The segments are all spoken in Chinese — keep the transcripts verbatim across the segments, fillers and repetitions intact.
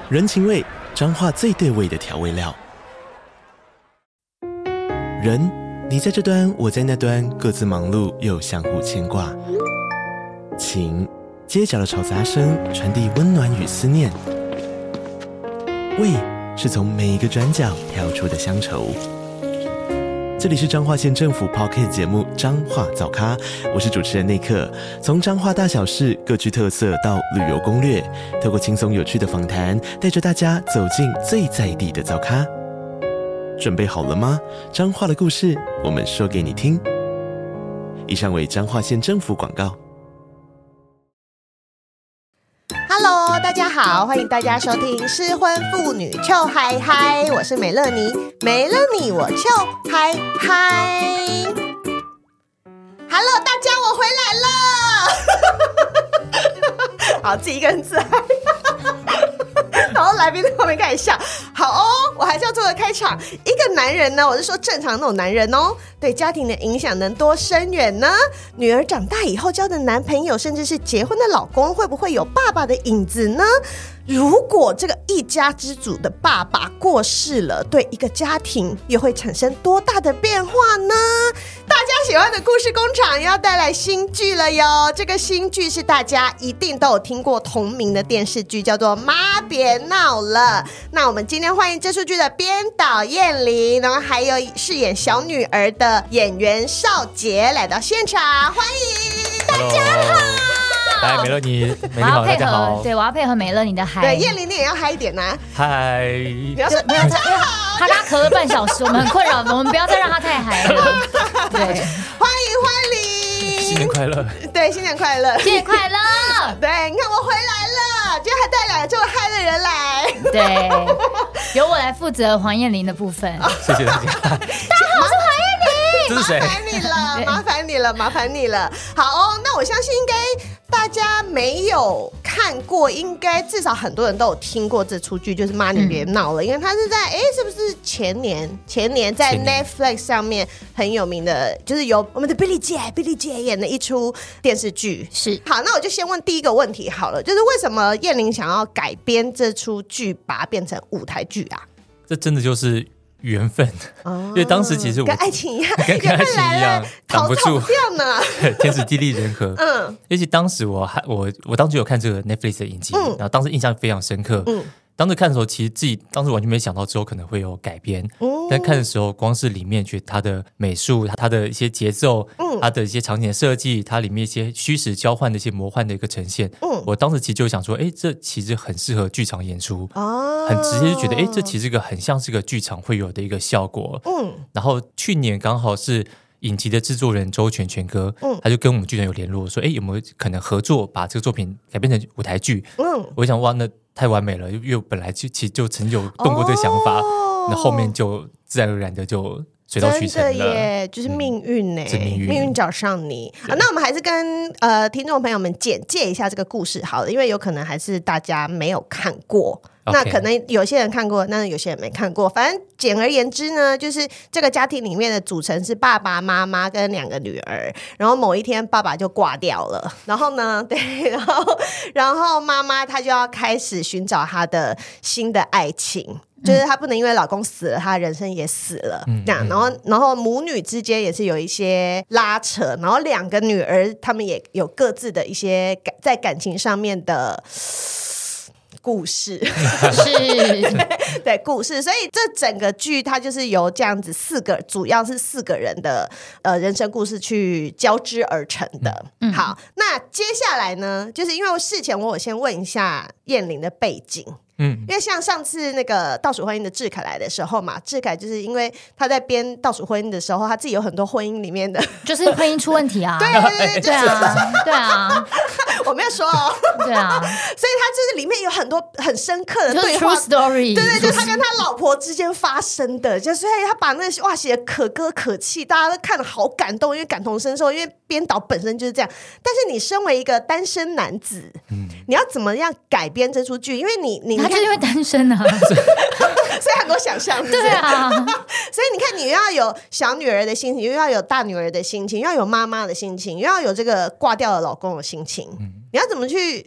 人情味，彰化最对味的调味料。人，你在这端，我在那端，各自忙碌又相互牵挂。情，街角的吵杂声传递温暖与思念。味，是从每一个转角跳出的乡愁。这里是彰化县政府 Podcast 节目《彰化早咖》，我是主持人内克。从彰化大小事各具特色到旅游攻略，透过轻松有趣的访谈，带着大家走进最在地的早咖。准备好了吗？彰化的故事，我们说给你听。以上为彰化县政府广告。 Hello， 大家好，欢迎大家收听失婚妇女秋嗨嗨，我是美乐妮，没了你我秋嗨嗨。Hello， 大家我回来了，好，自己一个人自嗨，然后来宾在后面开始笑。好哦，我还是要做个开场。一个男人呢，我是说正常那种男人哦，对家庭的影响能多深远呢？女儿长大以后交的男朋友，甚至是结婚的老公，会不会有爸爸的影子呢？如果这个一家之主的爸爸过世了，对一个家庭又会产生多大的变化呢？大家喜欢的故事工厂要带来新剧了哟！这个新剧是大家一定都有听过同名的电视剧，叫做《妈别闹了》。那我们今天欢迎这出剧的编导燕玲，然后还有饰演小女儿的演员邵杰来到现场，欢迎大家好。 来，美乐妮，美丽好，大家好。 对，我要配合美乐妮的嗨。 对，燕玲你也要嗨一点啊！ 嗨， 你要说大家好。 他刚咳了半小时，我们很困扰，我们不要再让他太嗨了。对， 欢迎欢迎， 新年快乐！ 对，新年快乐， 新年快乐！ 对，你看我回来了，今天还带两个这么嗨的人来。 对，由我来负责黄燕玲的部分。 谢谢大家。大家好， 我是黄燕玲。 这是谁？ 麻烦你了，麻烦你了，麻烦你了。好哦，那我相信应该大家没有看过，应该至少很多人都有听过这出剧，就是《妈你别闹了》，嗯，因为它是在哎，是不是前年前年在 Netflix 上面很有名的，就是由我们的 Billy 姐 Billy 姐演的一出电视剧。 是， 好，那我就先问第一个问题好了，就是为什么燕玲想要改编这出剧，把它变成舞台剧啊？ 这真的就是缘分，哦，因为当时其实我跟爱情一样， 跟跟爱情一样，挡不住， 掉呢。 天时地利人和。嗯，而且当时我还我我当时有看这个 Netflix 的影集，嗯，然后当时印象非常深刻。嗯，当时看的时候，其实自己当时完全没想到之后可能会有改编。嗯，但看的时候，光是里面觉得它的美术、它的一些节奏、嗯，它的一些场景的设计，它里面一些虚实交换的一些魔幻的一个呈现，嗯，我当时其实就想说，哎，这其实很适合剧场演出。哦，很直接就觉得，哎，这其实个很像是个剧场会有的一个效果。嗯，然后去年刚好是影集的制作人周全全哥，嗯，他就跟我们剧团有联络，说，哎，有没有可能合作把这个作品改编成舞台剧？嗯，我想，哇，那太完美了，因为我本来就其实就曾有动过这个想法，哦，那后面就自然而然的就水到渠成了。真的耶，就是命运耶， 嗯，命运， 命运找上你。啊，那我们还是跟呃听众朋友们简介一下这个故事好了，因为有可能还是大家没有看过。Okay. 那可能有些人看过，那有些人没看过。反正简而言之呢，就是这个家庭里面的组成是爸爸妈妈跟两个女儿。然后某一天爸爸就挂掉了，然后呢，对，然后然后妈妈她就要开始寻找她的新的爱情。就是她不能因为老公死了，她人生也死了，嗯，这样，然后然后母女之间也是有一些拉扯，然后两个女儿她们也有各自的一些在感情上面的故事， 是对, 对故事，所以这整个剧它就是由这样子四个，主要是四个人的呃人生故事去交织而成的。嗯，好，那接下来呢，就是因为事前我有先问一下燕玲的背景。嗯，因为像上次那个倒数婚姻的志凯来的时候嘛，志凯就是因为他在编倒数婚姻的时候，他自己有很多婚姻里面的， 就是婚姻出问题啊， 对对对对啊，对啊， 我没有说哦， 对啊， 所以他就是里面有很多很深刻的对话， 就是 true story， 对对，就是他跟他老婆之间发生的，就是他把那个哇写得可歌可泣，大家都看得好感动，因为感同身受，因为编导本身就是这样。但是你身为一个单身男子，嗯，你要怎么样改编这出剧？因为你你他就是因为单身啊， 所以很多想象， 对啊， 所以你看，你又要有小女儿的心情，又要有大女儿的心情，又要有妈妈的心情，又要有这个挂掉的老公的心情，嗯，你要怎么去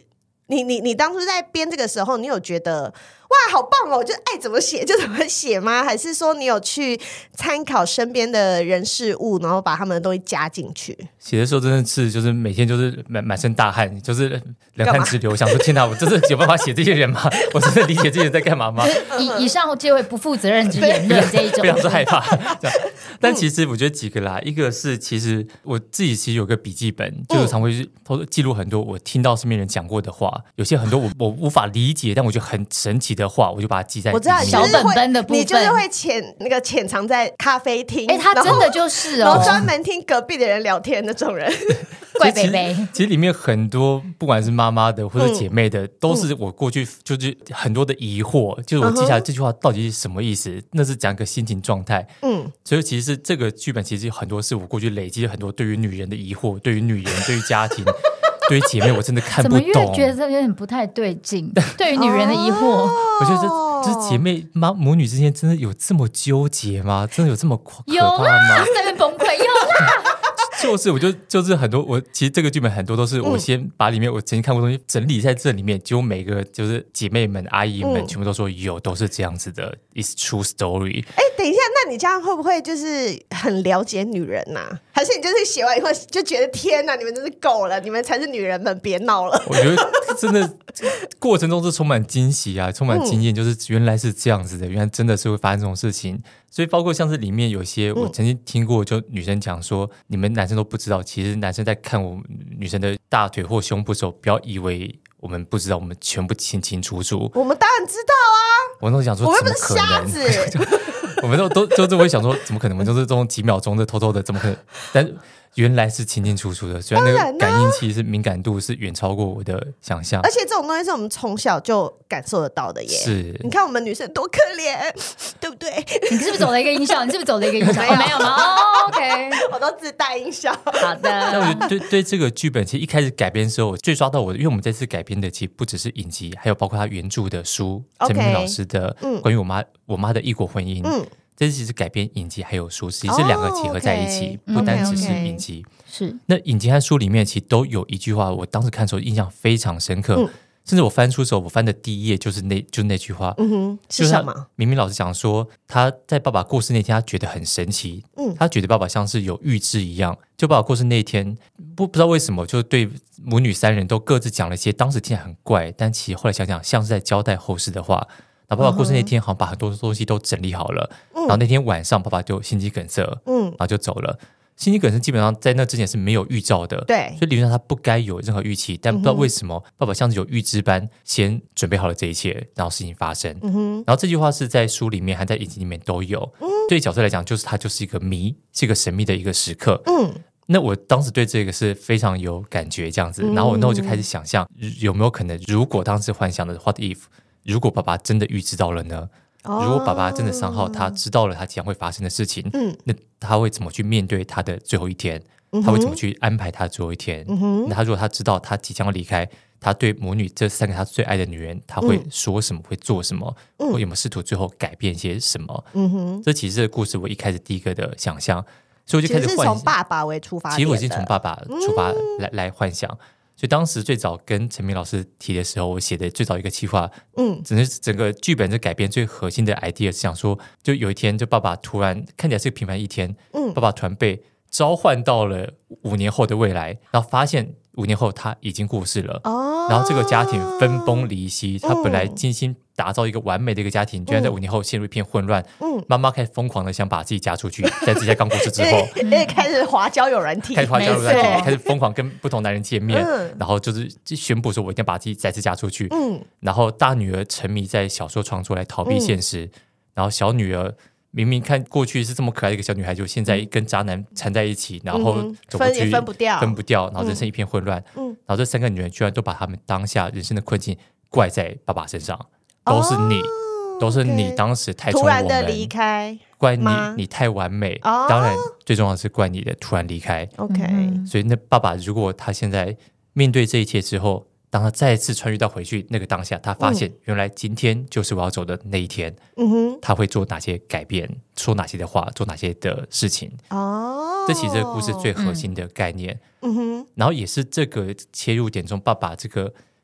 你你你当初在编这个时候，你有觉得哇好棒哦，就爱怎么写就怎么写吗？还是说你有去参考身边的人事物，然后把他们的东西加进去？ 写的时候真的是就是每天就是满满身大汗，就是冷汗直流，想说天哪，我真的有办法写这些人吗？我真的理解这些人在干嘛吗？ 以以上就会不负责任之言论这一种， 非常之害怕。但其实我觉得几个啦，一个是其实我自己其实有个笔记本，就是常会偷记录很多我听到身边人讲过的话，有些很多我我无法理解，但我觉得很神奇的话，我就把它记在我知道小本本的部分， 你就是会潜那个潜藏在咖啡厅， 哎、欸，他真的就是哦， 然后专门听隔壁的人聊天那种人。 怪贝贝， 其实里面很多不管是妈妈的或者姐妹的、嗯、都是我过去就是很多的疑惑、嗯、就是我记下来这句话到底是什么意思、嗯、那是讲一个心情状态。嗯，所以其实这个剧本其实很多是我过去累积很多对于女人的疑惑，对于女人对于家庭对于姐妹我真的看不懂， 怎么越觉得有点不太对劲对于女人的疑惑、哦、 我觉得这就是姐妹妈母女之间真的有这么纠结吗？真的有这么可怕吗？ 有啦，在那边崩溃，有啦就是我就就是很多我其实这个剧本很多都是我先把里面我曾经看过的东西整理在这里面，结果每个就是姐妹们阿姨们全部都说有，都是这样子的 It's true story。 哎，等一下，那你这样会不会就是很了解女人啊？还是你就是写完以后就觉得天哪，你们真是够了，你们才是女人们，别闹了？ 我觉得真的过程中是充满惊喜啊，充满经验、嗯、就是原来是这样子的，原来真的是会发生这种事情。所以包括像是里面有些我曾经听过就女生讲说、嗯、你们男生都不知道，其实男生在看我们女生的大腿或胸部的时候，不要以为我们不知道，我们全部清清楚楚。 我们当然知道啊， 我都想说怎么可能，我们不是瞎子我们都都就是会想说怎么可能，我们就是这种几秒钟的偷偷的怎么可能，但原来是清清楚楚的，虽然那个感应器是敏感度是远超过我的想象， 而且这种东西是我们从小就感受得到的耶。 是， 你看我们女生多可怜，对不对？ 你是不是走了一个音效？你是不是走了一个音效？没有、哦、没有吗？哦 ，OK， 我都自带音效。 好的。 那我觉得对对这个剧本，其实一开始改编的时候，我最抓到我的，因为我们这次改编的其实不只是影集，还有包括他原著的书，陈明老师的关于我妈、嗯、我妈的异国婚姻。嗯，这次其实改编影集还有书，其实是两个结合在一起， oh, okay. 不单只是影集。 Okay, okay. 是， 那影集和书里面其实都有一句话，我当时看的时候印象非常深刻。嗯，甚至我翻书的时候，我翻的第一页就是那就是那句话。 嗯哼，是什么？ 明明老师讲说，他在爸爸过世那天，他觉得很神奇。嗯，他觉得爸爸像是有预知一样。就爸爸过世那天，不不知道为什么，就对母女三人都各自讲了一些当时听起来很怪，但其实后来想想像是在交代后事的话。然后爸爸过世那天，好像把很多东西都整理好了。嗯，然后那天晚上，爸爸就心肌梗塞，嗯，然后就走了。心肌梗塞基本上在那之前是没有预兆的， 对， 所以理论上他不该有任何预期，但不知道为什么、嗯、爸爸像是有预知般先准备好了这一切，然后事情发生。嗯哼，然后这句话是在书里面还在影集里面都有。嗯，对角色来讲，就是他就是一个谜，是一个神秘的一个时刻。嗯，那我当时对这个是非常有感觉，这样子，然后那我就开始想象有没有可能，如果当时幻想的 what if， 如果爸爸真的预知到了呢？如果爸爸真的三号他知道了他即将会发生的事情、嗯、那他会怎么去面对他的最后一天、嗯、他会怎么去安排他的最后一天、嗯、那他如果他知道他即将要离开，他对母女这三个他最爱的女人他会说什么、嗯、会做什么、嗯、或有没有试图最后改变些什么、嗯、哼，这其实这个故事我一开始第一个的想象，所以我就开始幻想， 其实是从爸爸为出发点的， 其实我已经从爸爸出发来、嗯、来幻想。所以当时最早跟陈明老师提的时候，我写的最早一个企划，嗯，整个整个剧本的改编最核心的 idea 是想说，就有一天，就爸爸突然看起来是个平凡一天，嗯，爸爸突然被召唤到了五年后的未来，然后发现五年后他已经过世了，哦，然后这个家庭分崩离析，他本来精心打造一个完美的一个家庭，居然在五年后陷入一片混乱。嗯，妈妈开始疯狂的想把自己嫁出去，在自己刚过世之后， 因为开始滑交友软体， 开始滑交友软体，开始疯狂跟不同男人见面，嗯、然后就是宣布说我一定要把自己再次嫁出去。嗯，然后大女儿沉迷在小说创作来逃避现实，嗯、然后小女儿明明看过去是这么可爱的一个小女孩，就现在跟渣男缠在一起，然后走不去、嗯、分也分不掉， 分不掉，然后人生一片混乱。嗯，然后这三个女人居然都把他们当下人生的困境怪在爸爸身上，都是你。哦，都是你当时太宠我们， 突然的离开， 怪你，你太完美。哦，当然，最重要的是怪你的突然离开。 OK， 所以那爸爸如果他现在面对这一切之后，当他再次穿越到回去那个当下，他发现原来今天就是我要走的那一天。嗯哼，他会做哪些改变，说哪些的话，做哪些的事情。哦，这其实这个故事最核心的概念。嗯哼，然后也是这个切入点中，爸爸这个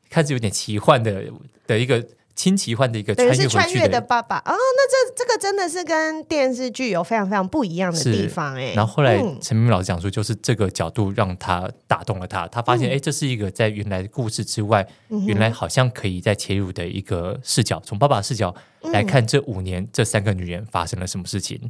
开始有点奇幻的的一个轻奇幻的一个穿越回去的， 穿越的爸爸哦，那这这个真的是跟电视剧有非常非常不一样的地方哎。 然后后来陈明明老师讲说，就是这个角度让他打动了他，他发现哎、嗯，这是一个在原来的故事之外、嗯，原来好像可以再切入的一个视角，从爸爸的视角来看这五年、嗯、这三个女人发生了什么事情。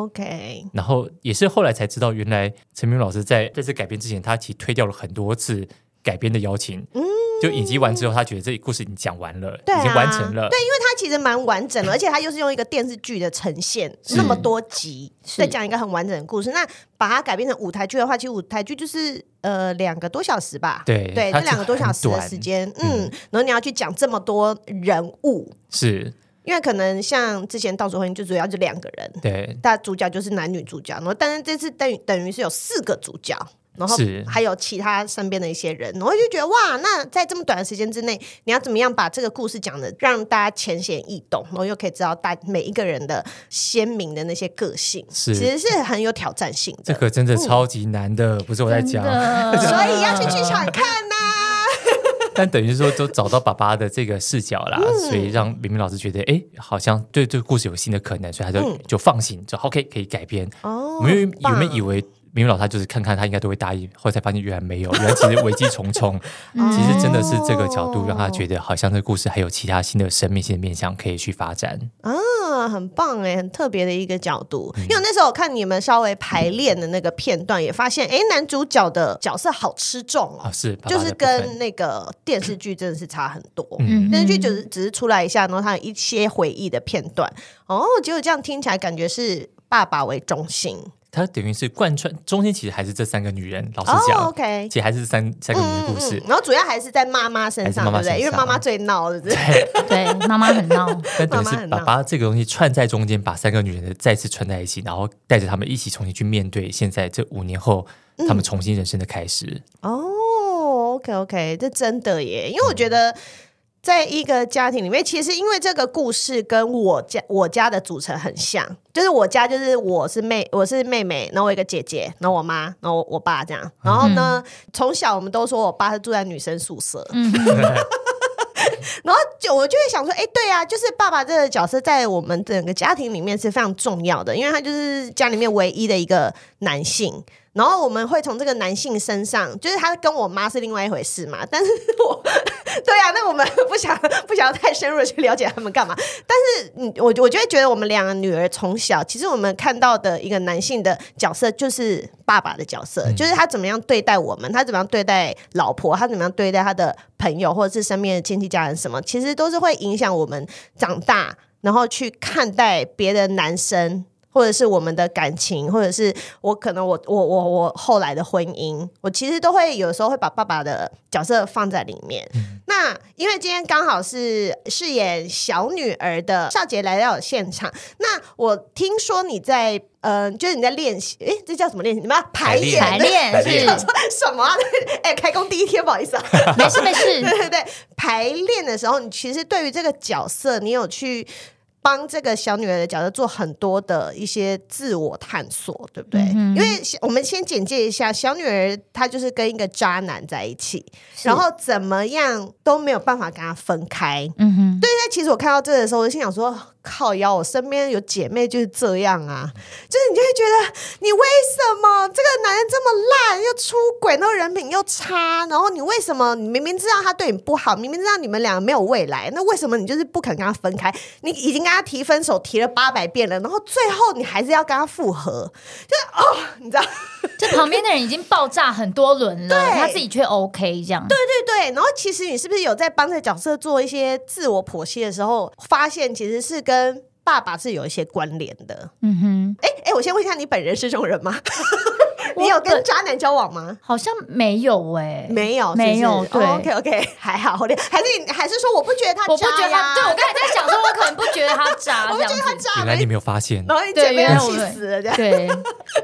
OK， 然后也是后来才知道，原来陈明明老师在在这改编之前，他其实推掉了很多次改编的邀请。嗯。就影集完之后，他觉得这故事已经讲完了、啊，已经完成了。 对，因为他其实蛮完整的，而且他又是用一个电视剧的呈现，那么多集，再讲一个很完整的故事。那把它改编成舞台剧的话，其实舞台剧就是呃两个多小时吧？ 对， 对，这两个多小时的时间，嗯，嗯，然后你要去讲这么多人物， 是。 因为可能像之前《倒数婚姻》就主要就两个人， 对， 大主角就是男女主角，然后但是这次等于等于是有四个主角。然后还有其他身边的一些人，然后就觉得哇，那在这么短的时间之内，你要怎么样把这个故事讲的让大家浅显易懂，然后又可以知道大每一个人的鲜明的那些个性，其实是很有挑战性的。 这个真的超级难的，嗯、不是我在讲， 所以要去剧场看呐、啊。 但等于说都找到爸爸的这个视角啦、嗯，所以让明明老师觉得哎，好像对这个故事有新的可能，所以他就、嗯、就放心，就 OK 可以改编。哦，我们原本以为。明明老他就是看看他应该都会答应，后来才发现原来没有，原来其实危机重重。其实真的是这个角度让他觉得好像这个故事还有其他新的生命性的面向可以去发展啊，很棒哎，很特别的一个角度、嗯、因为那时候我看你们稍微排练的那个片段也发现哎，男主角的角色好吃重哦、 啊、是爸爸就是跟那个电视剧真的是差很多、嗯、电视剧只是只是出来一下，然后他有一些回忆的片段哦，结果这样听起来感觉是爸爸为中心， 它等于是贯穿中间，其实还是这三个女人。老实讲、 oh, okay. 其实还是三三个女人的故事、 嗯嗯，然后主要还是在妈妈身上， 妈妈对不对？因为妈妈最闹的，对对，妈妈很闹。 但等于是把把这个东西串在中间，把三个女人的再次串在一起，然后带着他们一起重新去面对现在这五年后、嗯、他们重新人生的开始。 哦 ，OK OK， 这真的耶，因为我觉得。嗯在一个家庭里面，其实因为这个故事跟我家我家的组成很像，就是我家就是我是妹我是妹妹，然后我有一个姐姐，然后我妈，然后我爸这样。然后呢，从、嗯、小我们都说我爸是住在女生宿舍。嗯然后就我就会想说，哎，对啊，就是爸爸这个角色在我们整个家庭里面是非常重要的，因为他就是家里面唯一的一个男性。然后我们会从这个男性身上，就是他跟我妈是另外一回事嘛，但是我对啊，那我们不想不想要太深入的去了解他们干嘛。但是我我就会觉得我们两个女儿从小，其实我们看到的一个男性的角色就是爸爸的角色、嗯、就是他怎么样对待我们，他怎么样对待老婆，他怎么样对待他的朋友或者是身边的亲戚家人什么，其实都是会影响我们长大然后去看待别的男生，或者是我们的感情，或者是我可能我我我我后来的婚姻，我其实都会有时候会把爸爸的角色放在里面、嗯、那因为今天刚好是饰演小女儿的少杰来到现场，那我听说你在呃，就是你在练习，哎，这叫什么练习？你们要排演排练是什么、啊？哎，开工第一天，不好意思啊， 没事没事， 对对对，排练的时候，你其实对于这个角色，你有去帮这个小女儿的角色做很多的一些自我探索，对不对？嗯、因为我们先简介一下，小女儿她就是跟一个渣男在一起，然后怎么样都没有办法跟他分开。嗯哼，对。但其实我看到这的时候，我就心想说，靠腰，我身边有姐妹就是这样啊，就是你就会觉得，你为什么这个男人这么烂，又出轨，然后人品又差，然后你为什么你明明知道他对你不好，明明知道你们两个没有未来，那为什么你就是不肯跟他分开？你已经跟他提分手提了八百遍了，然后最后你还是要跟他复合，就是哦，你知道， 就旁边的人已经爆炸很多轮了，他自己却 OK 这样。 对对对，然后其实你是不是有在帮这个角色做一些自我剖析的时候，发现其实是跟爸爸是有一些关联的？嗯哼，哎哎，我先问一下，你本人是这种人吗？你有跟渣男交往吗？ 好像没有哎、欸， 没有， 没有。对、 oh, ，OK OK， 还好，还是你还是说我不觉得他渣呀？ 我不觉得他，对我刚才在想说，我可能不觉得他渣， 我不觉得他渣。 原来你没有发现， 然后你姐妹要气死了，这样。 对。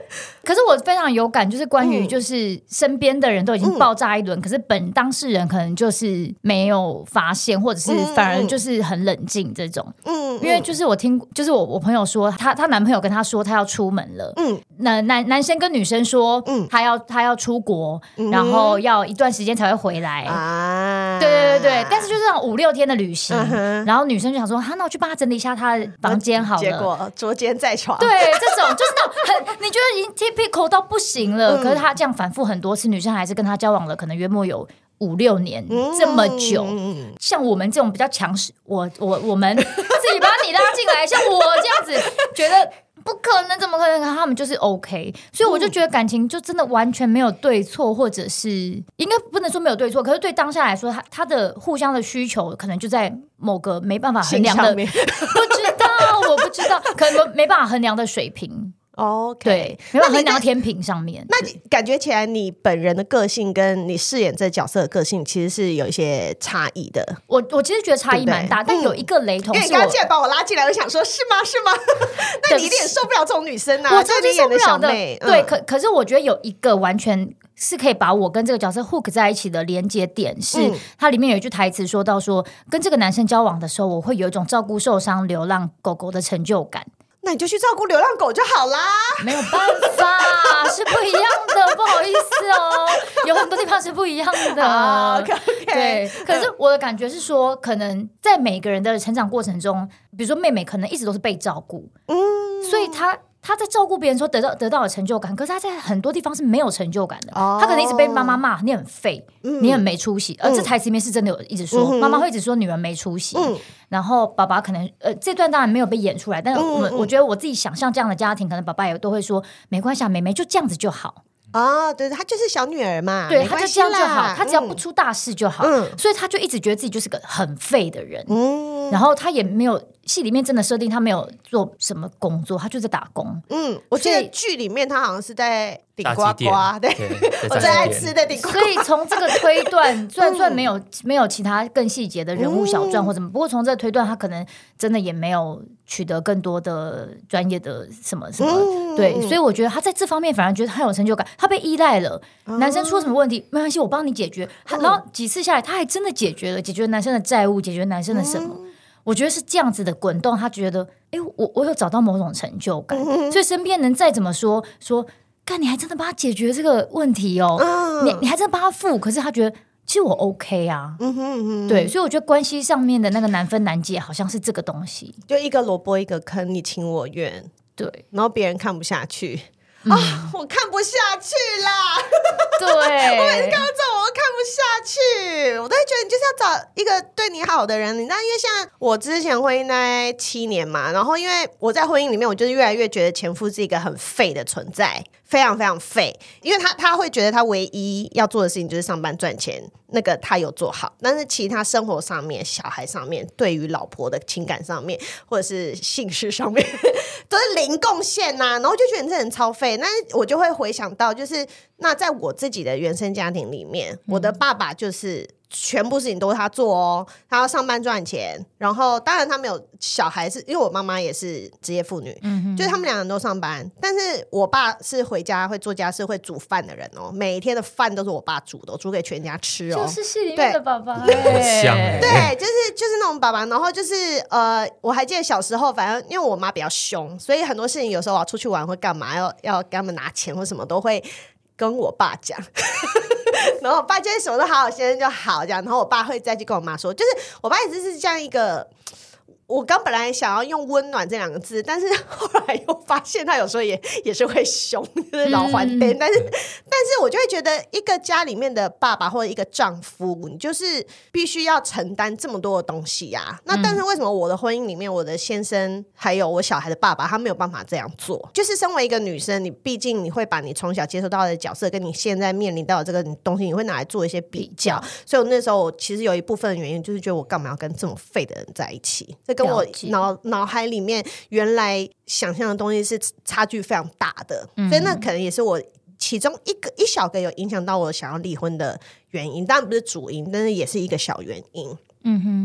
可是我非常有感，就是关于就是身边的人都已经爆炸一轮、嗯，可是本当事人可能就是没有发现，或者是反而就是很冷静这种。嗯，因为就是我听，就是我我朋友说，她她男朋友跟她说他要出门了，嗯，那男男生跟女生说，嗯，他要他要出国、嗯，然后要一段时间才会回来啊。对对对对，但是就是那种五六天的旅行，嗯、然后女生就想说，哈，那我去帮他整理一下他的房间好了。 结果捉奸在床。 对，这种就是那种很你觉得已经 typical 到不行了、嗯，可是他这样反复很多次，女生还是跟他交往了，可能约莫有五六年、嗯、这么久。像我们这种比较强势，我我我们自己把你拉进来，像我这样子觉得。不可能，怎么可能？他们就是 OK， 所以我就觉得感情就真的完全没有对错，或者是应该不能说没有对错，可是对当下来说，他他的互相的需求可能就在某个没办法衡量的，不知道，我不知道，可能没办法衡量的水平。OK， 对，没办法衡量天平上面。 那你感觉起来，你本人的个性跟你饰演这角色的个性，其实是有一些差异的。 我我其实觉得差异蛮大，对对，但有一个雷同是我。因为你刚刚既然把我拉进来，我想说，是吗？是吗？那你一定受不了这种女生啊！ 我超级受不了的。 嗯、 对，可可是我觉得有一个完全是可以把我跟这个角色 hook 在一起的连接点，是、嗯、它里面有一句台词说到说，跟这个男生交往的时候，我会有一种照顾受伤流浪狗狗的成就感。 那你就去照顾流浪狗就好啦。 没有办法，是不一样的，不好意思哦，有很多地方是不一样的。 oh, okay, okay. 对，可是我的感觉是说，可能在每个人的成长过程中，比如说妹妹可能一直都是被照顾，嗯，所以她。他在照顾别人的时候得到得到了成就感，可是他在很多地方是没有成就感的。Oh. 他可能一直被妈妈骂你很废、嗯，你很没出息。而、嗯、这台词里面是真的有一直说，妈、嗯、妈会一直说女人没出息。嗯、然后爸爸可能呃这段当然没有被演出来，但是我、嗯、我觉得我自己想象这样的家庭，可能爸爸也都会说没关系啊，妹妹就这样子就好。 哦，对，她就是小女儿嘛， 对，她就这样就好，她只要不出大事就好、嗯，所以她就一直觉得自己就是个很废的人，嗯，然后她也没有戏里面真的设定她没有做什么工作，她就在打工， 嗯，我记得剧里面她好像是在顶呱呱，对，我最爱吃的顶呱呱， 所以从这个推断，虽然虽然没有、嗯、没有其他更细节的人物小传或什么、嗯，不过从这个推断，她可能真的也没有取得更多的专业的什么什么、嗯，对，所以我觉得她在这方面反而觉得很有成就感。他被依赖了，男生出了什么问题、哦、没关系，我帮你解决、嗯、然后几次下来他还真的解决了，解决男生的债务，解决男生的什么、嗯、我觉得是这样子的滚动，他觉得哎，我我有找到某种成就感、嗯、所以身边人再怎么说说干你还真的帮他解决这个问题哦、嗯、你, 你还真的帮他付，可是他觉得其实我 OK 啊、嗯哼嗯哼，对，所以我觉得关系上面的那个难分难解好像是这个东西， 就一个萝卜一个坑，你情我愿， 对， 然后别人看不下去啊、嗯哦！我看不下去啦！ 对， 我每次看到这种，我都看不下去。我都会觉得你就是要找一个对你好的人。你知道，因为像我之前婚姻大概七年嘛，然后因为我在婚姻里面，我就是越来越觉得前夫是一个很废的存在，非常非常废。因为他他会觉得他唯一要做的事情就是上班赚钱，那个他有做好，但是其他生活上面、小孩上面、对于老婆的情感上面，或者是性事上面，都是零贡献呐。然后就觉得你这人超废。但是我就会回想到，就是那在我自己的原生家庭里面、嗯、我的爸爸就是全部事情都是他做哦，他要上班赚钱，然后当然他没有小孩，是因为我妈妈也是职业妇女、嗯、就是他们两个人都上班，但是我爸是回家会做家事会煮饭的人哦，每一天的饭都是我爸煮的，我煮给全家吃哦， 就是戏里面的爸爸， 对， 对，就是就是那种爸爸。然后就是呃，我还记得小时候，反正因为我妈比较凶，所以很多事情有时候我要出去玩会干嘛，要要给他们拿钱或什么都会跟我爸讲然后我爸就是什么都好好先生就好这样，然后我爸会再去跟我妈说，就是我爸一直是这样一个，我刚本来想要用温暖这两个字，但是后来又发现他有时候也也是会凶，就是老还灯、嗯、但是但是我就会觉得一个家里面的爸爸或者一个丈夫，你就是必须要承担这么多的东西啊。那但是为什么我的婚姻里面我的先生还有我小孩的爸爸他没有办法这样做，就是身为一个女生，你毕竟你会把你从小接受到的角色跟你现在面临到的这个东西你会拿来做一些比较，所以我那时候我其实有一部分的原因就是觉得我干嘛要跟这么废的人在一起，这跟我脑脑海里面原来想象的东西是差距非常大的、嗯、所以那可能也是我其中一个一小个有影响到我想要离婚的原因，当然不是主因，但是也是一个小原因。嗯哼，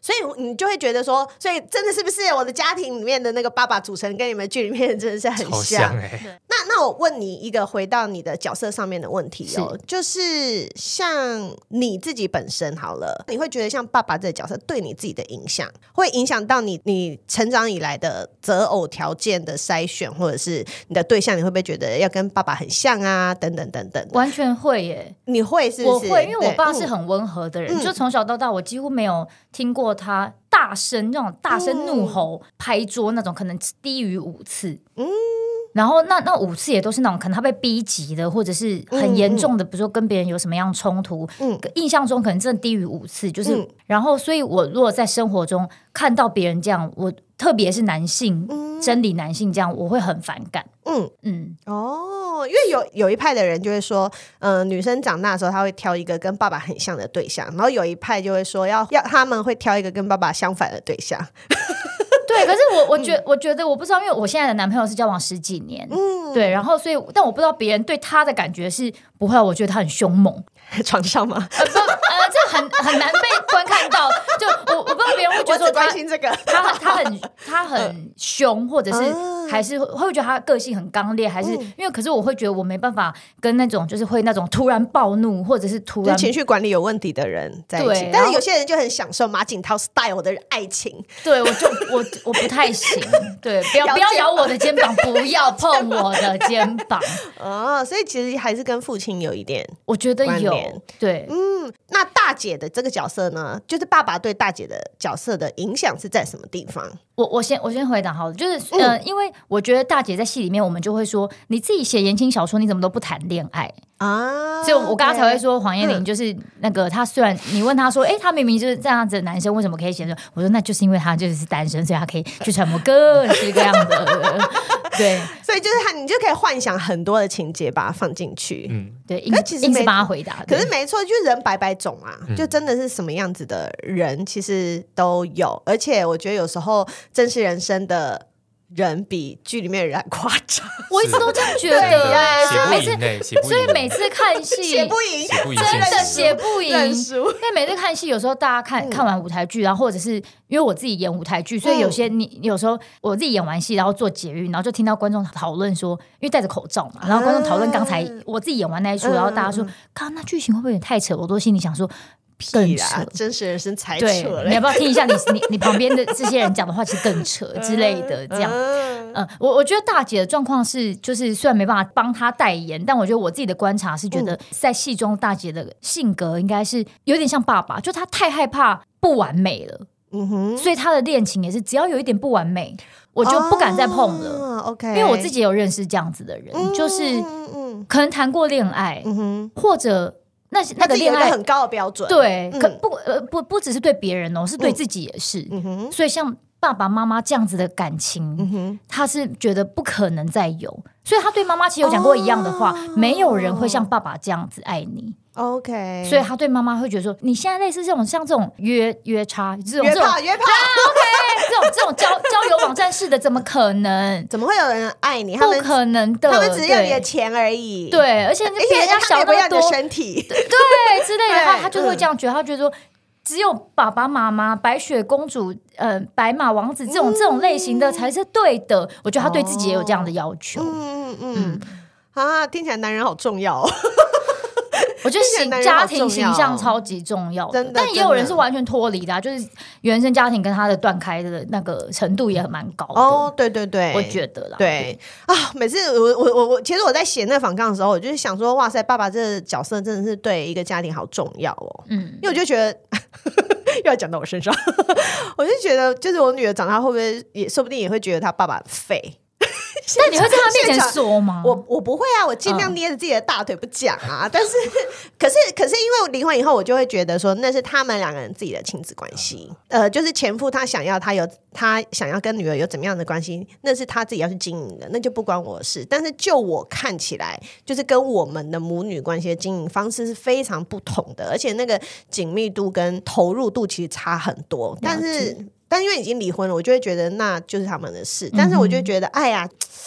所以你就会觉得说，所以真的是不是我的家庭里面的那个爸爸组成跟你们剧里面真的是很像？ 超像欸。 那那我问你一个回到你的角色上面的问题哦，是就是像你自己本身好了，你会觉得像爸爸这个角色对你自己的影响，会影响到你你成长以来的择偶条件的筛选，或者是你的对象，你会不会觉得要跟爸爸很像啊？等等等等。 完全会耶， 你会是不是？ 我会，因为我爸是很温和的人，嗯、就从小到大我几乎没有听过他大声那种大声怒吼、嗯、拍桌那种，可能低于五次。嗯。然后那那五次也都是那种可能他被逼急的，或者是很严重的，嗯、比如说跟别人有什么样冲突，嗯、印象中可能真的低于五次，就是、嗯、然后所以我如果在生活中看到别人这样，我特别是男性、嗯、生理男性这样，我会很反感。嗯嗯哦，因为有有一派的人就会说，嗯、呃，女生长大的时候她会挑一个跟爸爸很像的对象，然后有一派就会说要要他们会挑一个跟爸爸相反的对象。 对，可是我我觉、嗯、我觉得我不知道，因为我现在的男朋友是交往十几年，嗯，对，然后所以但我不知道别人对他的感觉是不会，我觉得他很凶猛， 床上吗？ 呃不呃，这很很难被观看到，就我我不知道别人会觉得说他关心这个， 他他很他很凶，或者是还是会会觉得他个性很刚烈，还是、嗯、因为可是我会觉得我没办法跟那种就是会那种突然暴怒或者是突然情绪管理有问题的人在一起，但是有些人就很享受马景涛 style 的爱情， 对我就我我不太行，对，不要不要咬我的肩膀，不要碰我的肩膀哦，所以其实还是跟父亲有一点， 我觉得有，对， 嗯，那大姐的这个角色呢，就是爸爸对大姐的角色的影响是在什么地方？ 我我先我先回答好了，就是、嗯、呃，因为我觉得大姐在戏里面，我们就会说，你自己写言情小说，你怎么都不谈恋爱啊？所以我刚刚才会说黄燕玲就是那个，他虽然你问他说，哎、欸，他明明就是这样子的男生，为什么可以写？我说那就是因为他就是单身，所以他可以去揣摩各式各样的。对， 所以就是他，你就可以幻想很多的情节，把它放进去。 嗯，对，硬硬是帮他回答。 可是没错，就是人百百种啊，嗯、就真的是什么样子的人，其实都有。而且我觉得有时候真实人生的人比剧里面的人还夸张， 我一直都这样觉得哎，所以每次，所以每次看戏写不赢， 真的写不赢。因为每次看戏，有时候大家看、嗯、看完舞台剧，然后或者是因为我自己演舞台剧，所以有些你有时候我自己演完戏，然后做捷运，然后就听到观众讨论说，因为戴着口罩嘛，然后观众讨论刚才我自己演完那一出，嗯、然后大家说，刚那剧情会不会有点太扯？我都心里想说。更扯， 真实人生才扯了。你要不要听一下你你你旁边的这些人讲的话，其实更扯之类的。这样，嗯、呃，我我觉得大姐的状况是，就是虽然没办法帮她代言，但我觉得我自己的观察是，觉得在戏中大姐的性格应该是有点像爸爸，就她太害怕不完美了。嗯哼，所以她的恋情也是，只要有一点不完美，我就不敢再碰了。哦、OK， 因为我自己有认识这样子的人，嗯、就是可能谈过恋爱，嗯哼，或者。那那个恋爱很高的标准， 对，嗯、可不呃不不只是对别人哦，是对自己也是。嗯哼，所以像爸爸妈妈这样子的感情，嗯哼，他是觉得不可能再有，所以他对妈妈其实有讲过一样的话，哦、没有人会像爸爸这样子爱你。OK， 所以他对妈妈会觉得说，你现在类似这种像这种约约叉这种约炮约炮 ，OK， 这种这种交交友网站式的，怎么可能？ 怎么会有人爱你？ 不可能的， 他们只是要你的钱而已。 对，而且比人家小得多， 身体对对之类的话，他就会这样觉得，他觉得说。只有爸爸妈妈、白雪公主、呃、白马王子这种、嗯、这种类型的才是对的。我觉得他对自己也有这样的要求。嗯嗯嗯啊，听起来男人好重要哦。 我觉得形家庭形象超级重要的，但也有人是完全脱离的、啊，就是原生家庭跟他的断开的那个程度也蛮高的。 哦，对对对， 我觉得啦， 对啊，每次我我我我，其实我在写那访纲的时候，我就是想说，哇塞，爸爸这个角色真的是对一个家庭好重要哦。嗯，因为我就觉得又要讲到我身上，我就觉得，就是我女儿长大会不会也说不定也会觉得她爸爸很废。 那你会在他面前说吗？ 我我不会啊，我尽量捏着自己的大腿不讲啊。嗯、但是，可是，可是，因为我离婚以后，我就会觉得说，那是他们两个人自己的亲子关系。呃，就是前夫他想要他有他想要跟女儿有怎么样的关系，那是他自己要去经营的，那就不关我的事。但是就我看起来，就是跟我们的母女关系的经营方式是非常不同的，而且那个紧密度跟投入度其实差很多。但是。但因为已经离婚了，我就会觉得那就是他们的事。但是我就会觉得，哎呀，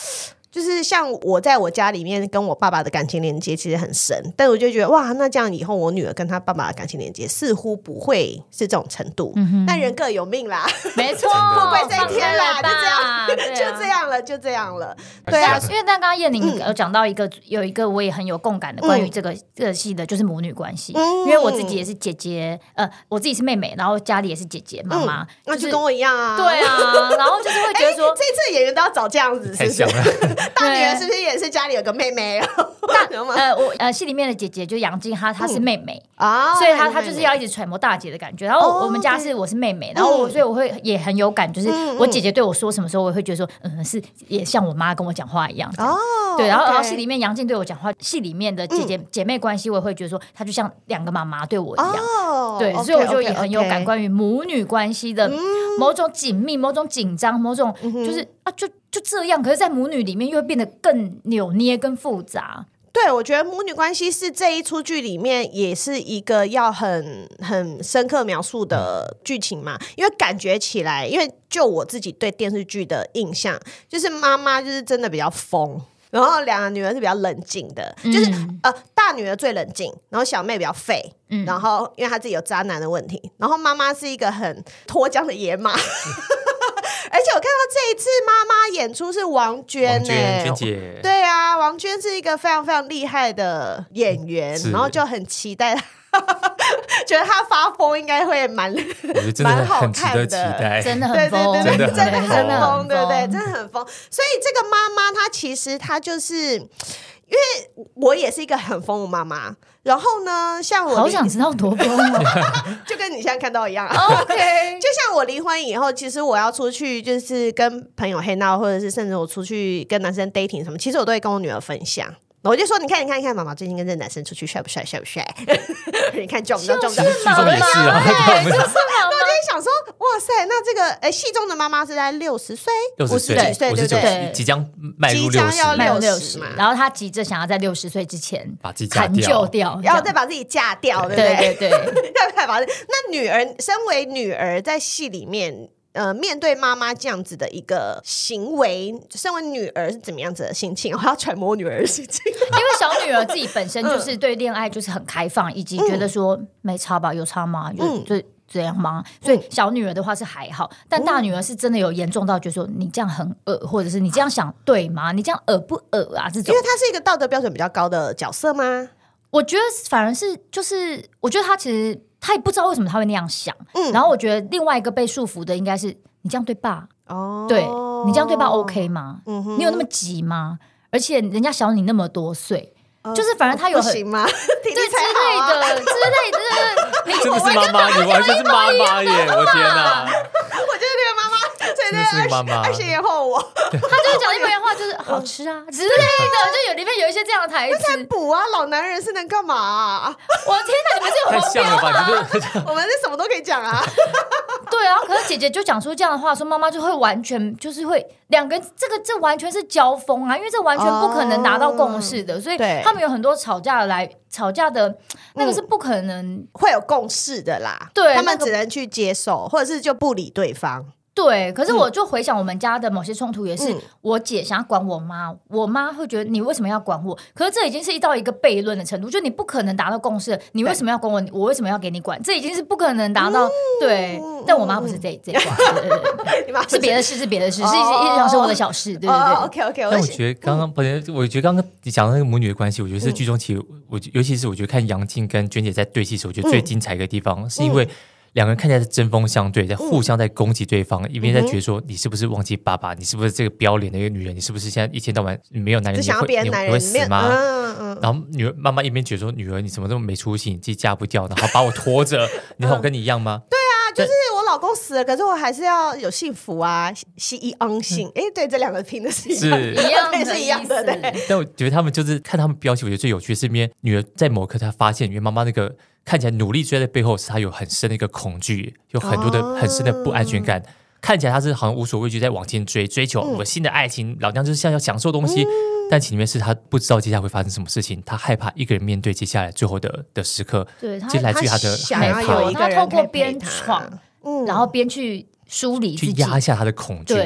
就是像我在我家里面跟我爸爸的感情连接其实很深，但我就觉得哇，那这样以后我女儿跟她爸爸的感情连接似乎不会是这种程度。嗯、但人各有命啦， 没错， 富贵在天啦，就这样， 啊、 就这样了，就这样了。对啊， 因为但刚刚燕玲有讲到一个、嗯、有一个我也很有共感的关于这个、嗯、这个戏的，就是母女关系。嗯、因为我自己也是姐姐，呃，我自己是妹妹，然后家里也是姐姐妈妈， 那、嗯就是、就跟我一样啊。 对啊，然后就是会觉得说， 这一次演员都要找这样子，是不是？大女儿是不是也是家里有个妹妹？ 大呃，我呃戏里面的姐姐就杨静，她她是妹妹啊、嗯，所以她她就是要一直揣摩大姐的感觉。然后我们家是我是妹妹，然后我所以我会也很有感，就是我姐姐对我说什么时候，我会觉得说，嗯，是也像我妈跟我讲话一样。哦，对，然后然后戏里面杨静对我讲话，戏里面的姐姐、嗯、姐妹关系，我也会觉得说，她就像两个妈妈对我一样。哦，对， okay, 所以我就也很有感，关于母女关系的某种紧密、某种紧张、某种就是、嗯、啊，就就这样。可是，在母女里面又会变得更扭捏、更复杂。 对，我觉得母女关系是这一出剧里面也是一个要很很深刻描述的剧情嘛，因为感觉起来，因为就我自己对电视剧的印象，就是妈妈就是真的比较疯，然后两个女儿是比较冷静的，嗯、就是呃大女儿最冷静，然后小妹比较废，嗯、然后因为她自己有渣男的问题，然后妈妈是一个很脱缰的野马。而且我看到这一次妈妈演出是王娟、欸，王娟娟姐， 对啊，王娟是一个非常非常厉害的演员，然后就很期待她觉得她发疯应该会蛮蛮好看的， 真的很疯， 对对对，真的很疯，对不对？ 真的很疯。所以这个妈妈她其实她就是。因为我也是一个很疯的妈妈，然后呢，像我好想知道多疯哦， 就跟你现在看到一样。 OK， 就像我离婚以后，其实我要出去，就是跟朋友黑闹，或者是甚至我出去跟男生 dating 什么，其实我都会跟我女儿分享。我就说，你看，你看，你看，妈妈最近跟这男生出去帅不帅，帅不帅？你看中不中？中不中？ 剧中也是啊， 对，就是妈妈。我就想说，哇塞，那这个哎，戏中的妈妈是在六十岁、 五十几岁，对不对？ 即将迈入六十， 迈入六十嘛。然后她急着想要在六十岁之前把自己砍就掉， 然后再把自己嫁掉，对不对？对对对， 要不要把那女儿，身为女儿，在戏里面。呃，面对妈妈这样子的一个行为，身为女儿是怎么样子的心情？我要揣摩女儿的心情，因为小女儿自己本身就是对恋爱就是很开放，以及觉得说没差吧，有差吗？就就这样吗？所以小女儿的话是还好，但大女儿是真的有严重到觉得说你这样很恶，或者是你这样想对吗？你这样恶不恶啊？这种， 因为她是一个道德标准比较高的角色吗？ 我觉得反而是就是，我觉得她其实。他也不知道为什么他会那样想，嗯，然后我觉得另外一个被束缚的应该是你这样对爸，哦，对你这样对爸 OK 吗？嗯哼，你有那么急吗？而且人家小你那么多岁，呃、就是反正他有很、 不行吗？ 对之类的之类的， 你真的是妈妈，你完全是妈妈耶！我天哪！ 我就是那个妈妈，真的是妈妈，二十年后我， 他就是讲一番话，就是好吃啊之类的，就有里面有一些这样的台词。 那才补啊，老男人是能干嘛、啊？ 我的天哪，你们是有黄标吗？我们是什么都可以讲啊。 对啊，可是姐姐就讲出这样的话，说妈妈就会完全就是会两个人，这个这完全是交锋啊，因为这完全不可能达到共识的，哦、所以他们有很多吵架来吵架的那个是不可能、 嗯、会有共识的啦。 对， 他们只能去接受，或者是就不理对方。 对，可是我就回想我们家的某些冲突，也是我姐想要管我妈，我妈会觉得你为什么要管我？可是这已经是到一个悖论的程度，就你不可能达到共识，你为什么要管我？我为什么要给你管？这已经是不可能达到。嗯、对，但我妈不是这这一挂，对对对，你妈是别的事，是别的事，是一些日常生活的小事，对对对。 哦、OK OK， 但我觉得刚刚不是，我觉得刚刚你讲的那个母女的关系，我觉得是剧中其实我尤其是我觉得看杨静跟娟姐在对戏的时候，我觉得最精彩一个地方，嗯、是因为。两个人看起来是针锋相对，在互相在攻击对方，嗯、一边在觉得说你是不是忘记爸爸，你是不是这个不要脸的一个女人，你是不是现在一天到晚没有男人， 只想要别的男人， 你会死吗？ 嗯嗯、 然后女儿妈妈一边觉得说女儿你怎么这么没出息，你自己嫁不掉，然后把我拖着，你看我跟你一样吗？ 对啊，就是我老公死了，可是我还是要有幸福啊，喜一安幸。哎、嗯，对，这两个拼的是一样的， 一样的是一样的。对。 但我觉得他们就是看他们标题，我觉得最有趣的是因为女儿在某刻她发现，因为妈妈那个。看起来努力追在背后，是他有很深的一个恐惧，有很多的很深的不安全感。哦、看起来他是好像无所畏惧在往前追，追求我新的爱情。嗯、老娘就是像要享受东西，嗯、但其实里面是他不知道接下来会发生什么事情，他害怕一个人面对接下来最后的的时刻。 对， 就来自于他的害怕。 他透过边闯，嗯、然后边去梳理自己， 去压下他的恐惧。 对，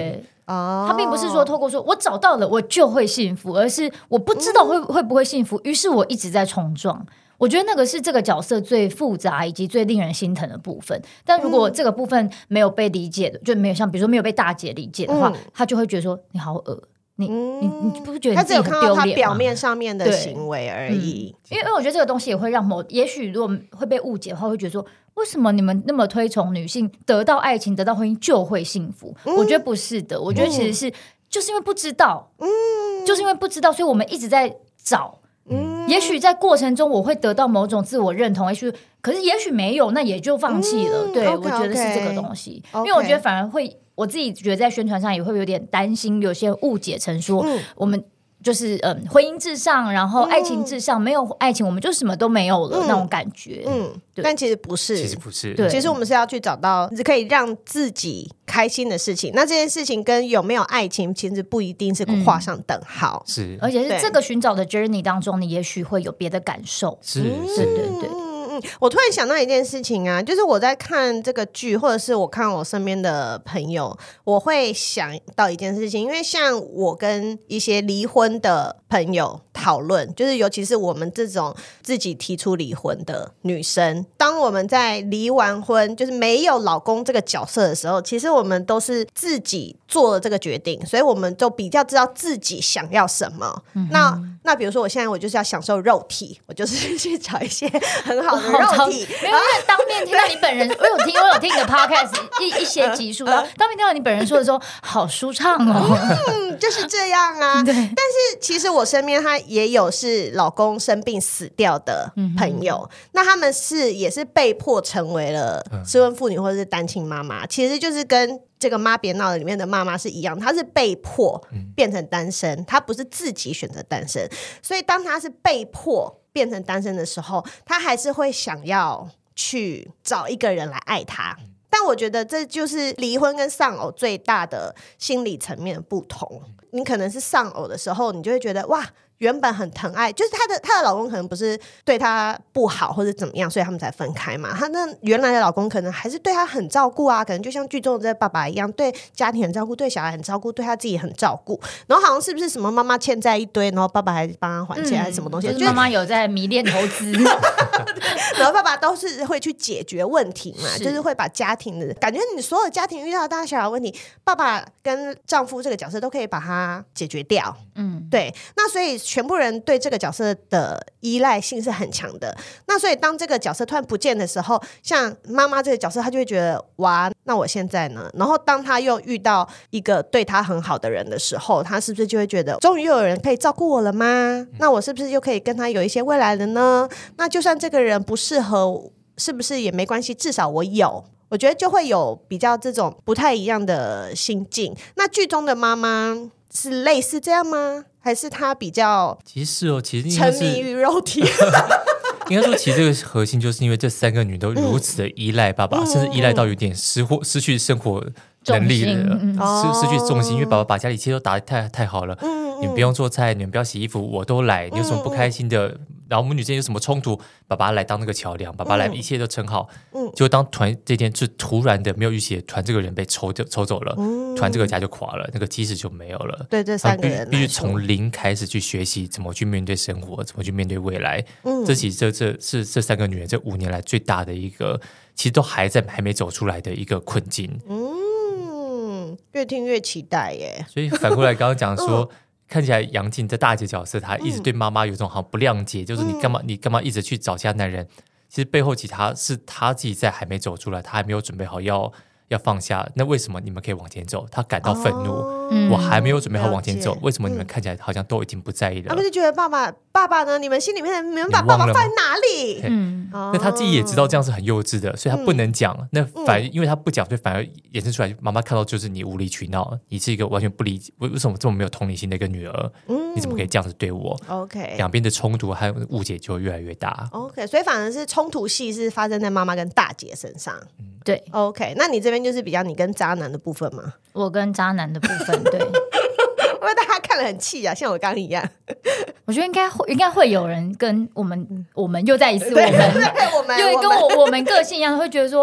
哦， 他并不是说透过说我找到了我就会幸福，而是我不知道会、嗯、会不会幸福，于是我一直在冲撞。我觉得那个是这个角色最复杂以及最令人心疼的部分，但如果这个部分没有被理解的，就没有像比如说没有被大姐理解的话、嗯、他就会觉得说你好恶，你、嗯、你你不觉得你自己很丢脸吗？他只有看到他表面上面的行为而已、 嗯、因为我觉得这个东西也会让某也许如果会被误解的话，会觉得说为什么你们那么推崇女性得到爱情得到婚姻就会幸福、嗯、我觉得不是的，我觉得其实是、嗯、就是因为不知道、嗯、就是因为不知道，所以我们一直在找，嗯，也许在过程中我会得到某种自我认同，也许可是也许没有，那也就放弃了、嗯、对、okay, 我觉得是这个东西、okay. 因为我觉得反而会我自己觉得在宣传上也会有点担心有些误解成说、嗯、我们就是嗯，婚姻至上，然后爱情至上、嗯、没有爱情我们就什么都没有了、嗯、那种感觉。嗯， 但其实不是， 其实不是， 对，其实我们是要去找到可以让自己开心的事情，那这件事情跟有没有爱情其实不一定是画上等号、 嗯、是， 而且是这个寻找的 journey 当中你也许会有别的感受， 是， 是，对对对。 嗯，我突然想到一件事情啊，就是我在看这个剧，或者是我看我身边的朋友，我会想到一件事情，因为像我跟一些离婚的朋友讨论，就是尤其是我们这种自己提出离婚的女生，当我们在离完婚，就是没有老公这个角色的时候，其实我们都是自己做了这个决定，所以我们就比较知道自己想要什么。嗯、那那比如说我现在我就是要享受肉体，我就是去找一些很好的肉体， 没有，因为当面听到你本人，我有听，我有听你的 podcast 一一些集数，然后当面听到你本人说的时候，好舒畅哦， 嗯，就是这样啊。对，但是其实我身边他也有是老公生病死掉的朋友，嗯、那他们是也是被迫成为了失婚妇女或者是单亲妈妈，其实就是跟这个妈别闹了里面的妈妈是一样，她是被迫变成单身，她不是自己选择单身，所以当她是被迫变成单身的时候，她还是会想要去找一个人来爱她。但我觉得这就是离婚跟丧偶最大的心理层面的不同。你可能是丧偶的时候，你就会觉得哇，原本很疼爱，就是她的她的老公可能不是对她不好或者怎么样，所以他们才分开嘛。她那原来的老公可能还是对她很照顾啊，可能就像剧中的这个爸爸一样，对家庭很照顾，对小孩很照顾，对她自己很照顾。然后好像是不是什么妈妈欠债一堆，然后爸爸还帮她还钱、嗯、还是什么东西？ 就是妈妈有在迷恋投资， 然后爸爸都是会去解决问题嘛，是就是会把家庭的感觉，你所有家庭遇到的大小小问题，爸爸跟丈夫这个角色都可以把它解决掉。嗯，对。那所以全部人对这个角色的依赖性是很强的。那所以当这个角色突然不见的时候，像妈妈这个角色，她就会觉得哇，那我现在呢？然后当她又遇到一个对她很好的人的时候，她是不是就会觉得终于又有人可以照顾我了吗？那我是不是又可以跟他有一些未来了呢？那就算这个人不适合，是不是也没关系？至少我有。我觉得就会有比较这种不太一样的心境。那剧中的妈妈是类似这样吗？还是她比较其实哦，其实沉迷于肉体？ 应该说，其实这个核心就是因为这三个女都如此的依赖爸爸，嗯、甚至依赖到有点失活失去生活能力了，嗯、失失去重心，因为爸爸把家里一切都打得太太好了。嗯你们不用做菜，你们不要洗衣服，我都来。你有什么不开心的？嗯、然后母女之间有什么冲突，爸爸来当那个桥梁，爸爸来，一切都撑好。嗯，结果当团这天是突然的没有预期，团这个人被抽抽走了，嗯、团这个家就垮了，那个基石就没有了。 对，这三个人必须从零开始去学习怎么去面对生活，怎么去面对未来。嗯，这其实这这是这三个女人这五年来最大的一个，其实都还在还没走出来的一个困境。 嗯，越听越期待耶。 所以反过来刚刚讲说。嗯看起来杨静这大姐角色，她一直对妈妈有种好不谅解，嗯、就是你干嘛你干嘛一直去找其他男人？其实背后其实她是她自己在还没走出来，她还没有准备好要要放下。那为什么你们可以往前走？她感到愤怒，哦、我还没有准备好往前走，为什么你们看起来好像都已经不在意了？ 他们就觉得爸爸爸爸呢？你们心里面你们把爸爸放在哪里？ 嗯，那他自己也知道这样是很幼稚的，所以他不能讲。嗯、那反而因为他不讲，所以反而衍生出来，妈妈看到就是你无理取闹，你是一个完全不理解为什么这么没有同理心的一个女儿，嗯、你怎么可以这样子对我 ？OK， 两边的冲突还有误解就会越来越大。 OK， 所以反而是冲突戏是发生在妈妈跟大姐身上。 嗯、对 ，OK， 那你这边就是比较你跟渣男的部分吗？ 我跟渣男的部分，对。 因为大家看了很气啊，像我刚刚一样。 我觉得应该会，应该会有人跟我们，我们又再一次我们， 对对我们因为跟我我们个性一样，会觉得说，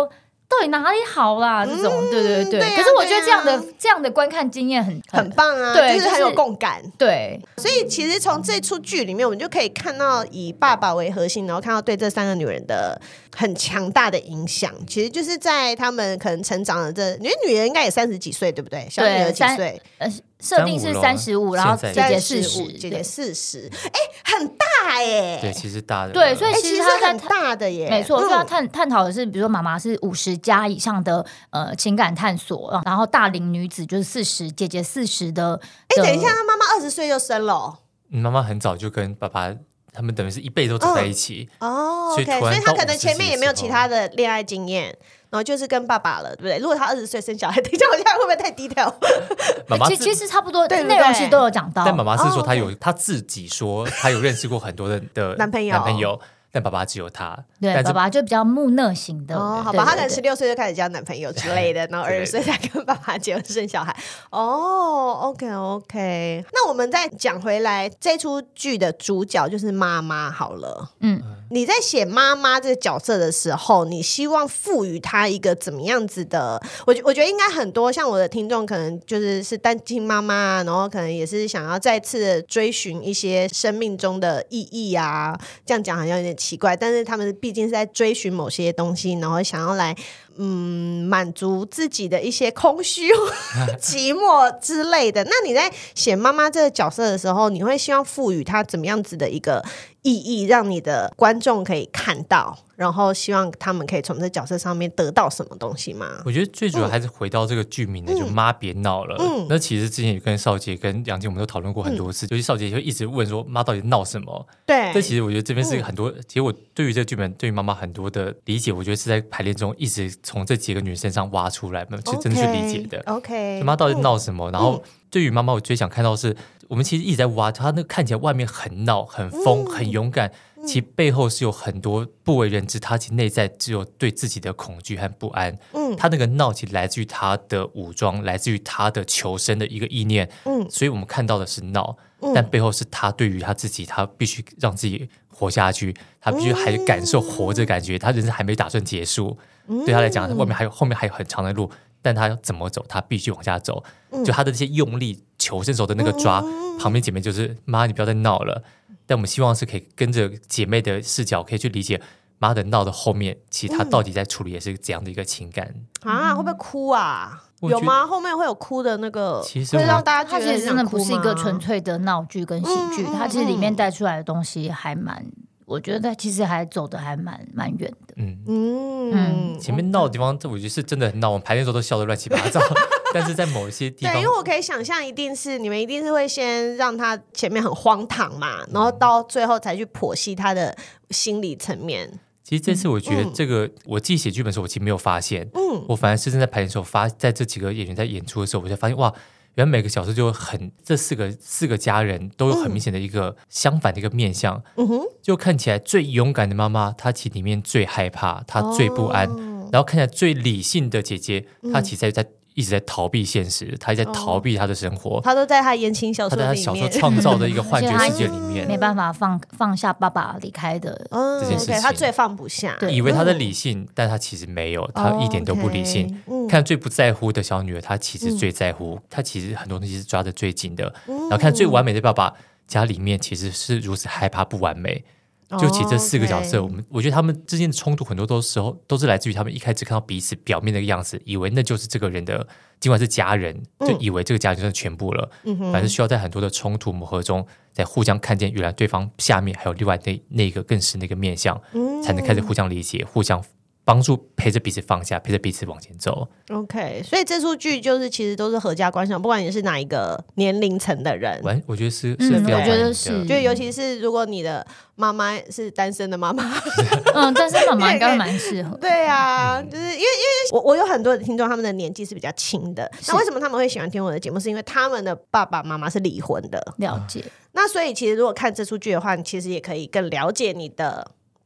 到底哪里好啦？这种、嗯、对对 对, 对、啊。 可是我觉得这样的、啊、这样的观看经验很很棒啊， 对， 就是很有共感。 对， 所以其实从这出剧里面，我们就可以看到以爸爸为核心，然后看到对这三个女人的很强大的影响。其实就是在他们可能成长的这，因为女人应该也三十几岁，对不对？小女儿几岁？ 呃，设定是三十五，然后姐姐四十， 姐姐四十，哎，很大哎。 对，其实大的。 对，所以其实他很大的耶， 没错。所以他探探讨的是，比如说妈妈是五十加以上的呃情感探索，然后大龄女子就是四十，姐姐四十的。 哎，等一下，妈妈二十岁就生了。 妈妈很早就跟爸爸他们等于是一辈都走在一起哦， 所以所以他可能前面也没有其他的恋爱经验。然后就是跟爸爸了，对不对？如果他二十岁生小孩，等一下我现在会不会太低调？ 妈妈其其实差不多，内容其实都有讲到。 但妈妈是说她有，她自己说她有认识过很多的的男朋友， 男朋友。但爸爸只有他， 对，爸爸就比较木讷型的。 哦，好吧，他可能十六岁就开始交男朋友之类的，然后二十岁才跟爸爸结婚生小孩。哦 ，OK OK。那我们再讲回来，这出剧的主角就是妈妈好了。嗯，你在写妈妈这个角色的时候，你希望赋予她一个怎么样子的？我我觉得应该很多像我的听众，可能就是是单亲妈妈，然后可能也是想要再次追寻一些生命中的意义啊。这样讲好像有点奇怪，但是他们毕竟是在追寻某些东西，然后想要来嗯满足自己的一些空虚寂寞之类的。那你在写妈妈这个角色的时候，你会希望赋予她怎么样子的一个意义，让你的观众可以看到，然后希望他们可以从这角色上面得到什么东西吗？ 我觉得最主要还是回到这个剧名的、嗯、就妈别闹了、嗯、那其实之前也跟少杰跟杨静我们都讨论过很多次、嗯、尤其少杰就一直问说妈到底闹什么。 对， 这其实我觉得这边是很多、嗯、其实我对于这个剧本对于妈妈很多的理解，我觉得是在排练中一直从这几个女人身上挖出来，是真的去理解的。 OK， 妈到底闹什么、嗯、然后对于妈妈我最想看到的是我们其实一直在挖她那个看起来外面很闹很疯、嗯、很勇敢，其背后是有很多不为人知，他其实内在只有对自己的恐惧和不安。嗯，他那个闹其实来自于他的武装，来自于他的求生的一个意念。嗯，所以我们看到的是闹、嗯、但背后是他对于他自己，他必须让自己活下去，他必须还感受活着感觉、嗯、他人生还没打算结束、嗯、对他来讲外面还有后面还有很长的路，但他要怎么走他必须往下走、嗯、就他的这些用力求生手的那个抓、嗯、旁边姐妹就是妈你不要再闹了，但我们希望是可以跟着姐妹的视角可以去理解妈的闹的后面其实她到底在处理的是怎样的一个情感、 嗯、啊会不会哭啊？有吗？后面会有哭的那个， 其实会让大家觉得它其实真的不是一个纯粹的闹剧跟喜剧、嗯、它其实里面带出来的东西还蛮，我觉得其实还走的还蛮蛮远的。嗯嗯，前面闹的地方我觉得是真的很闹，我们排练的时候都笑得乱七八糟但是在某一些地方， 对，因为我可以想象一定是你们一定是会先让他前面很荒唐嘛，然后到最后才去剖析他的心理层面。 其实这次我觉得这个、嗯、我自己写剧本的时候我其实没有发现、嗯、我反而是正在排练的时候发，在这几个演员在演出的时候我才发现哇，原来每个角色就很这四个四个家人都有很明显的一个相反的一个面向、嗯、就看起来最勇敢的妈妈她其实里面最害怕，她最不安、哦、然后看起来最理性的姐姐她其实在在一直在逃避现实，他一直在逃避他的生活、哦、 他都在他言情小说里面， 他在他小说创造的一个幻觉世界里面没办法放放下爸爸离开的这件事情、 嗯 okay, 他最放不下， 以为他的理性、嗯、但他其实没有，他一点都不理性、哦 okay 嗯、看最不在乎的小女儿，他其实最在乎、嗯、他其实很多东西是抓得最紧的、嗯、然后看最完美的爸爸，家里面其实是如此害怕不完美。就其实这四个角色、oh, okay. 我们我觉得他们之间的冲突很多都时候都是来自于他们一开始看到彼此表面的样子，以为那就是这个人的，尽管是家人、嗯、就以为这个家人就是全部了、嗯、反正需要在很多的冲突磨合中在互相看见原来对方下面还有另外 那, 那个更深的一个面向、嗯、才能开始互相理解，互相帮助，陪着彼此放下，陪着彼此往前走。 OK， 所以这出剧就是其实都是合家观赏，不管你是哪一个年龄层的人， 我觉得是是非常、嗯、 我觉得是， 就尤其是如果你的妈妈是单身的妈妈嗯，单身妈妈应该蛮适合对啊，就是因为因为我我有很多的听众他们的年纪是比较轻的，那为什么他们会喜欢听我的节目，是因为他们的爸爸妈妈是离婚的， 了解。 那所以其实如果看这出剧的话，你其实也可以更了解你的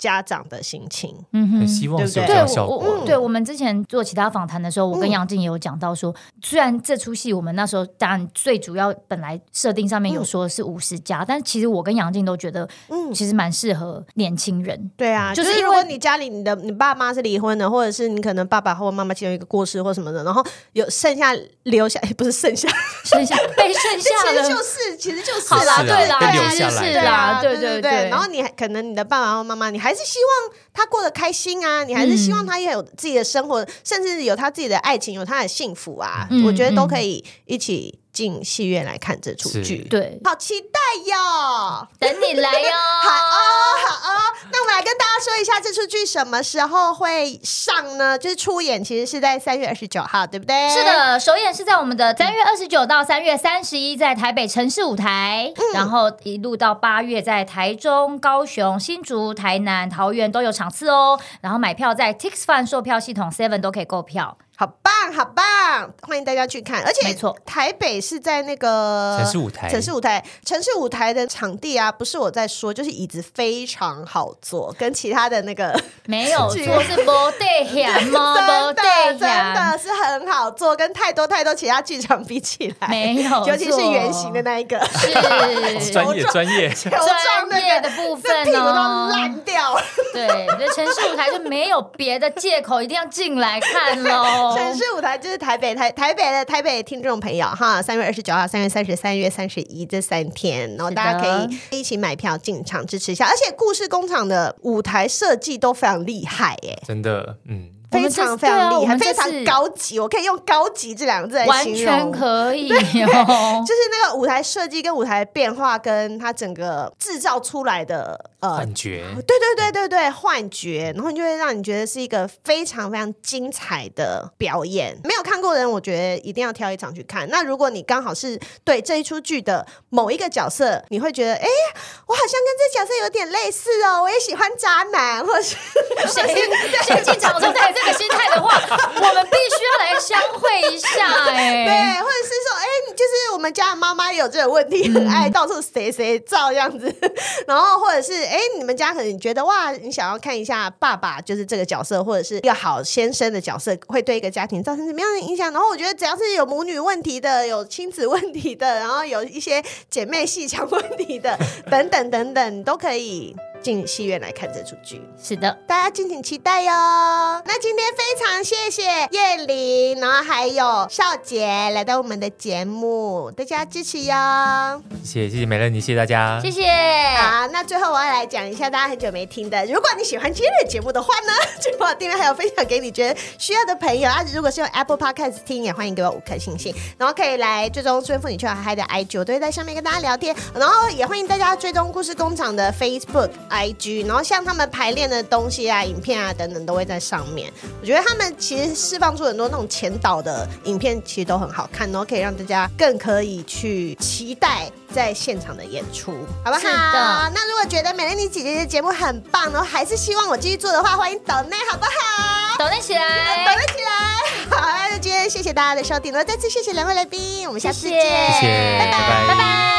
家长的心情。 嗯哼，很希望是有这样效果。 对，我我对我们之前做其他访谈的时候，我跟杨静也有讲到说，嗯、虽然这出戏我们那时候当然最主要本来设定上面有说是五十加，嗯、但其实我跟杨静都觉得，嗯，其实蛮适合年轻人。 对啊，就是如果你家里你的你爸妈是离婚的，或者是你可能爸爸或妈妈其中一个过世或什么的，然后有剩下留下，不是剩下， 剩下被剩下的， 其实就是其实就是好啦，对啦， 留下来是啦，对对对。 然后你可能你的爸爸或妈妈，你还是希望他过得开心啊，你还是希望他也有自己的生活，嗯、甚至有他自己的爱情，有他的幸福啊，嗯、我觉得都可以一起进戏院来看这出剧。 对， 好期待哟， 等你来哟。 好哦，好哦。那我们来跟大家说一下这出剧什么时候会上呢？就是出演其实是在三月二十九号，对不对？ 是的，首演是在我们的三月二十九到三月三十一，在台北城市舞台，嗯、然后一路到八月在台中、高雄、新竹、台南、桃园都有场次哦。然后买票在 TixFun 售票系统 Seven 都可以购票。 好棒，好棒！欢迎大家去看，而且没错， 台北是在那个城市舞台， 城市舞台，城市舞台的场地啊，不是我在说，就是椅子非常好坐，跟其他的那个没有坐是不对险吗？ 真的真的是很好坐，跟太多太多其他剧场比起来， 没有， 尤其是圆形的那一个， 是专业专业专业的部分哦， 屁股都烂掉。 对，对，城市舞台就没有别的借口，一定要进来看喽。 城市舞台就是台北台台北的台北听众朋友哈，三月二十九号、三月三十、三月三十一这三天，然后大家可以一起买票进场支持一下。而且故事工厂的舞台设计都非常厉害耶， 真的，嗯。 非常非常厉害，非常高级，我可以用高级这两个字来形容， 完全可以哦。 就是那个舞台设计跟舞台变化，跟它整个制造出来的呃幻觉， 对对对对对，幻觉，然后你就会让你觉得是一个非常非常精彩的表演。没有看过的人，我觉得一定要挑一场去看。那如果你刚好是对这一出剧的某一个角色，你会觉得，哎，我好像跟这角色有点类似哦，我也喜欢渣男，或是谁谁进场都带这个心态的话，我们必须要来相会一下哎、欸。 对，或者是说，哎，就是我们家的妈妈有这个问题，很爱到处谁谁照这样子。然后或者是，哎，你们家可能觉得哇，你想要看一下爸爸就是这个角色，或者是一个好先生的角色，会对一个家庭造成什么样的影响？然后我觉得只要是有母女问题的，有亲子问题的，然后有一些姐妹戏强问题的，等等等等，都可以进戏院来看这出剧。 是的， 大家敬请期待哟。那今天非常谢谢叶玲，然后还有少杰来到我们的节目，大家支持哟。 谢谢谢谢美乐妮，谢谢大家， 谢谢。 好，那最后我要来讲一下大家很久没听的，如果你喜欢今天的节目的话呢，就帮我订阅还有分享给你觉得需要的朋友啊。如果是用 Apple Podcast 听，也欢迎给我五颗星星，然后可以来追踪追妇女圈好嗨的 I G， 我都会在上面跟大家聊天，然后也欢迎大家追踪故事工厂的 Facebook。I G， 然后像他们排练的东西啊、影片啊等等都会在上面。我觉得他们其实释放出很多那种前导的影片，其实都很好看，然后可以让大家更可以去期待在现场的演出，好不好？ 是的。 那如果觉得美乐妮姐姐的节目很棒，然后还是希望我继续做的话，欢迎抖内，好不好？ 抖内起来， 抖内起来。好，那今天谢谢大家的收听，然后再次谢谢两位来宾，我们下次见， 谢谢， 拜拜， 拜拜。 拜拜。